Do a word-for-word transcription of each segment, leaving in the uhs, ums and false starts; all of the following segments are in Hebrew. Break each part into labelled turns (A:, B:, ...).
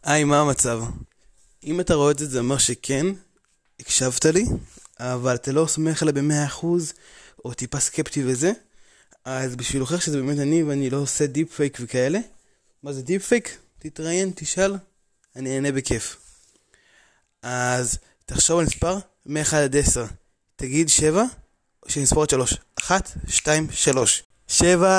A: היי, מה המצב? אם אתה רואה את זה, זה אומר שכן, הקשבת לי, אבל אתה לא סומך עליי במאה אחוז, או טיפה סקפטי וזה, אז בשביל להוכיח שזה באמת אני, ואני לא עושה דיפ פייק וכאלה, מה זה דיפ פייק? תתראיין, תשאל, אני אענה בכיף. אז תחשוב על מספר מ-אחד עד עשר, תגיד שבע, או שנספור את שלוש. אחת, שתיים, שלוש. שבע!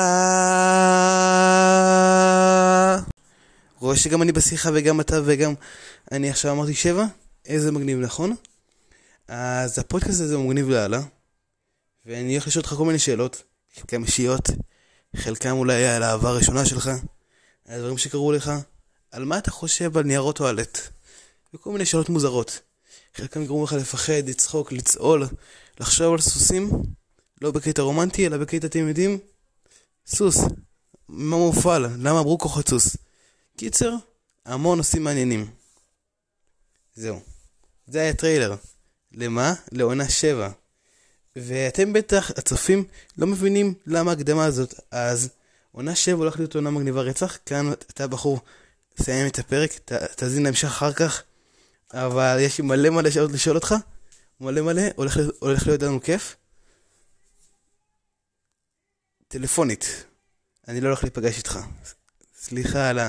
A: רואה שגם אני בשיחה וגם אתה וגם אני עכשיו אמרתי שבע? איזה מגניב, נכון? אז הפודקאסט הזה הוא מגניב להעלה, ואני הולך לשאול אותך כל מיני שאלות, חלקם אישיות, חלקם אולי על האהבה הראשונה שלך, על הדברים שקרו לך, על מה אתה חושב על ניירות טואלט, וכל מיני שאלות מוזרות. חלקם יגרמו לך לפחד, לצחוק, לצעול, לחשוב על סוסים, לא בקטע רומנטי, אלא בקטע אתם יודעים, סוס, מה מופעל, למה אמרו כוחות סוס? קיצר, המון נושאים מעניינים. זהו. זה היה טריילר. למה? לעונה שבע. ואתם בטח, הצופים, לא מבינים למה הקדמה הזאת. אז עונה שבע הולך להיות עונה מגניבה רצח. כאן אתה בחור, סיים את הפרק, ת, תזין להמשך אחר כך. אבל יש לי מלא מלא שאלות לשאול אותך. מלא מלא, הולך, הולך להיות לנו כיף. טלפונית. אני לא הולך להיפגש איתך. סליחה על ה...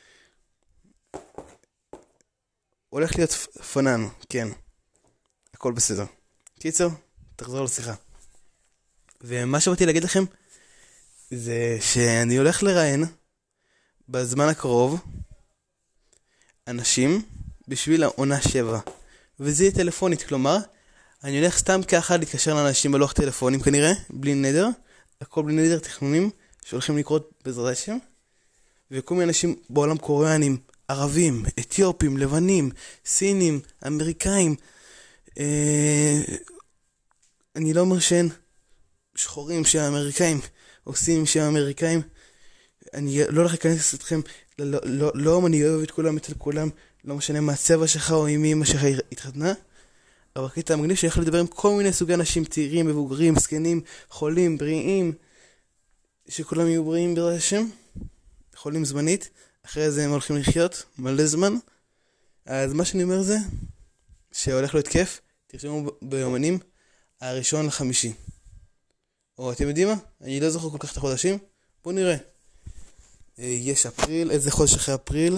A: הולך להיות פנן, כן. הכל בסדר. קיצר, תחזור לשיחה. ומה שבאתי להגיד לכם, זה שאני הולך לראיין, בזמן הקרוב, אנשים, בשביל העונה שבע. וזה יהיה טלפונית, כלומר, אני הולך סתם ככה להתקשר לאנשים בלוח טלפונים כנראה, בלי נדר, הכל בלי נדר תכנונים, שהולכים לקרות בעזרת השם. וכל מיני אנשים בעולם קוריאנים, ערבים, אתיופים, לבנים, סינים, אמריקאים. אה, אני לא אומר שאין שחורים שהאמריקאים, או סינים שהאמריקאים. אני לא הולך להיכנס אתכם, לא, לא, לא, אני אוהב את כולם, את כולם, לא משנה מה הצבע שלך או עם אמא שלך התחתנה. אבל הקטע המגניב שאני יכול לדבר עם כל מיני סוגי אנשים צעירים, מבוגרים, זקנים, חולים, בריאים, שכולם יהיו בריאים בעזרת השם, חולים זמנית. אחרי זה הם הולכים לחיות מלא זמן. אז מה שאני אומר זה שהולך להיות כיף. תרשמו ביומנים הראשון לחמישי, או אתם יודעים מה? אני לא זוכר כל כך את החודשים. בואו נראה. יש אפריל. איזה חודש אחרי אפריל?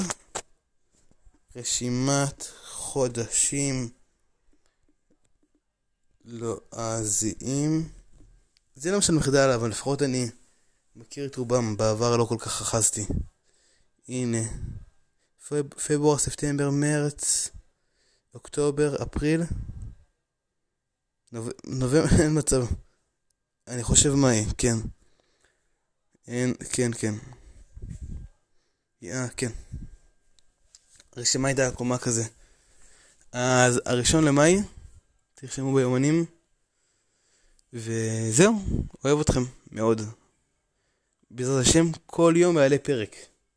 A: רשימת חודשים לועזיים. זה לא משנה מחדל, אבל לפחות אני מכיר את רובם. בעבר לא כל כך חזתי. הנה, פב... פברואר, ספטמבר, מרץ, אוקטובר, אפריל, נוב... נובמבר, אין מצב. אני חושב מאי, כן. אין, כן, כן. יא, כן. הרשימה הייתה עקומה כזה. אז הראשון למאי, תרשמו ביומנים, וזהו, אוהב אתכם מאוד. בעזרת השם, כל יום יעלה פרק.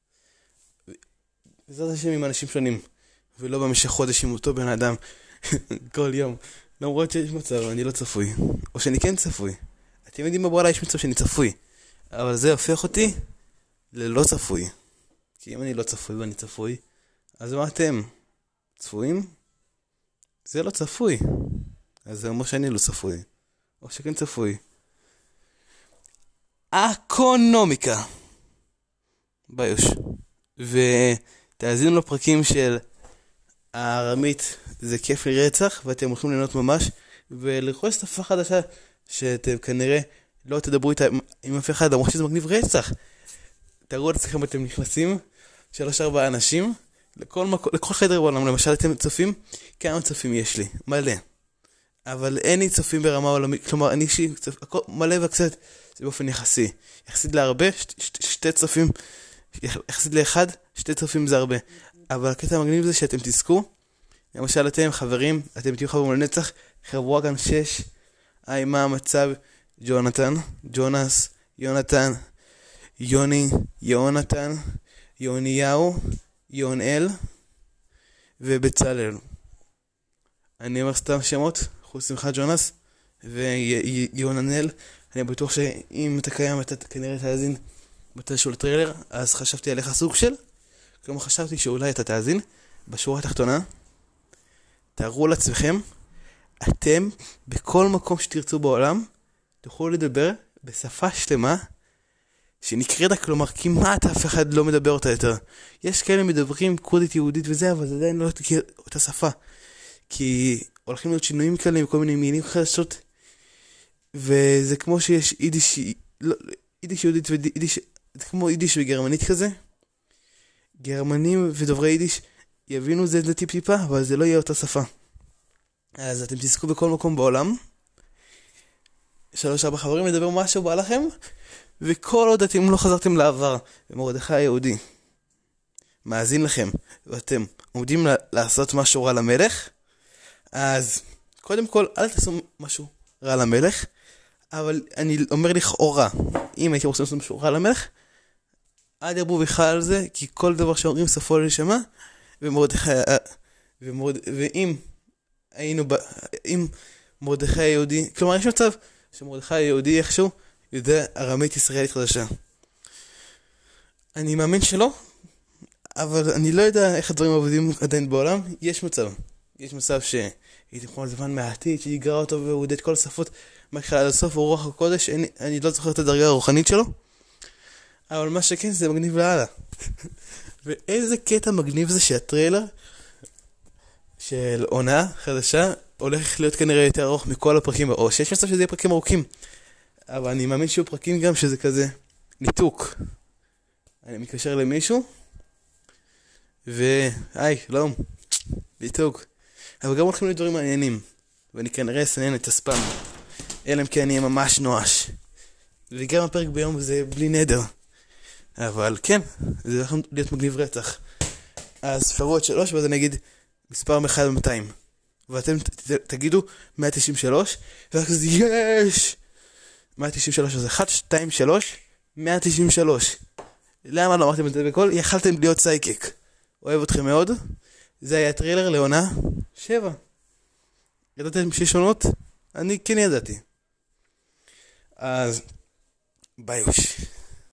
A: בעזרת השם עם אנשים שונים, ולא במשך חודש עם אותו בן אדם כל יום. למרות שיש מצב, אני לא צפוי, או שאני כן צפוי. אתם יודעים מה ברעלה, יש מצב שאני צפוי, אבל זה הופך אותי ללא צפוי. כי אם אני לא צפוי ואני צפוי, אז מה אתם? צפויים? זה לא צפוי. אז זה אומר שאני לא צפוי, או שכן צפוי. אקונומיקה ביוש. ותאזינו לפרקים של הארמית, זה כיף לי רצח, ואתם הולכים ליהנות ממש, ולרכוש שפה חדשה שאתם כנראה לא תדברו איתה עם אף אחד, למרות שזה מגניב רצח. תראו את עצמכם, אתם נכנסים שלוש ארבע אנשים לכל, מקו, לכל חדר בעולם. למשל אתם צופים, כמה צופים יש לי? מלא. אבל אין לי צופים ברמה עולמית, כלומר אני אישי צופ... מלא וקצת, זה באופן יחסי. יחסית להרבה, ש... ש... שתי צופים, יחסית לאחד, שתי צופים זה הרבה. אבל הקטע המגניב זה שאתם תזכו. למשל אתם חברים, אתם תהיו חברים לנצח, חברו גם שש. היי, מה המצב? ג'ונתן, ג'ונס, יונתן, יוני, יונתן, יוניהו, יונאל ובצלאל. אני אומר סתם שמות, חוץ ממך ג'ונס ויוננל. אני בטוח שאם אתה קיים אתה כנראה תאזין מתישהו לטריילר, אז חשבתי עליך סוג של. כלומר חשבתי שאולי אתה תאזין. בשורה התחתונה, תארו לעצמכם, אתם בכל מקום שתרצו בעולם, תוכלו לדבר בשפה שלמה, שנקראת, כלומר כמעט אף אחד לא מדבר אותה יותר. יש כאלה מדברים קורדית יהודית וזה, אבל זה עדיין לא תכיר אותה שפה. כי הולכים להיות שינויים כאלה וכל מיני מילים חדשות, וזה כמו שיש יידיש, לא, יידיש יהודית ויידיש, זה כמו יידיש וגרמנית כזה. גרמנים ודוברי יידיש יבינו זה זה טיפ טיפה, אבל זה לא יהיה אותה שפה. אז אתם תזכו בכל מקום בעולם. שלוש ארבע חברים לדבר משהו בא לכם, וכל עוד אתם לא חזרתם לעבר, ומרדכי היהודי מאזין לכם, ואתם עומדים לעשות משהו רע למלך, אז קודם כל אל תעשו משהו רע למלך, אבל אני אומר לכאורה, אם הייתם רוצים לעשות משהו רע למלך, אל ירבו בכלל על זה, כי כל דבר שאומרים סופו להישמע, ומרדכי, ומרד, ואם היינו, ב, אם מרדכי היהודי, כלומר יש מצב שמרדכי היהודי איכשהו יודע ארמית ישראלית חדשה. אני מאמין שלא, אבל אני לא יודע איך הדברים עובדים עדיין בעולם. יש מצב, יש מצב שהייתי כמו זמן מהעתיד שיגרע אותו והוא יודע את כל השפות מהתחלה עד הסוף, הוא רוח הקודש. אני, אני לא זוכר את הדרגה הרוחנית שלו, אבל מה שכן זה מגניב להלאה. ואיזה קטע מגניב זה שהטריילר של עונה חדשה הולך להיות כנראה יותר ארוך מכל הפרקים, או שיש מצב שזה יהיה פרקים ארוכים, אבל אני מאמין שיהיו פרקים גם שזה כזה ניתוק. אני מתקשר למישהו והי, שלום, ניתוק. אבל גם הולכים לדברים מעניינים, ואני כנראה אסנן את הספאם, אלא אם כן אני אהיה ממש נואש. וגם הפרק ביום זה בלי נדר, אבל כן, זה הולך להיות מגניב רצח. אז ספרו את שלוש ואז אני אגיד מספר מאחד עד מאתיים, ואתם ת, ת, תגידו מאה תשעים ושלוש, ואז כזה יש מאה תשעים ושלוש, אז אחת, שתיים, שלוש, מאה תשעים ושלוש. למה לא אמרתם את זה בכל? יכלתם להיות סייקק. אוהב אתכם מאוד. זה היה טריילר לעונה שבע. ידעתם שיש עונות? אני כן ידעתי. אז ביוש.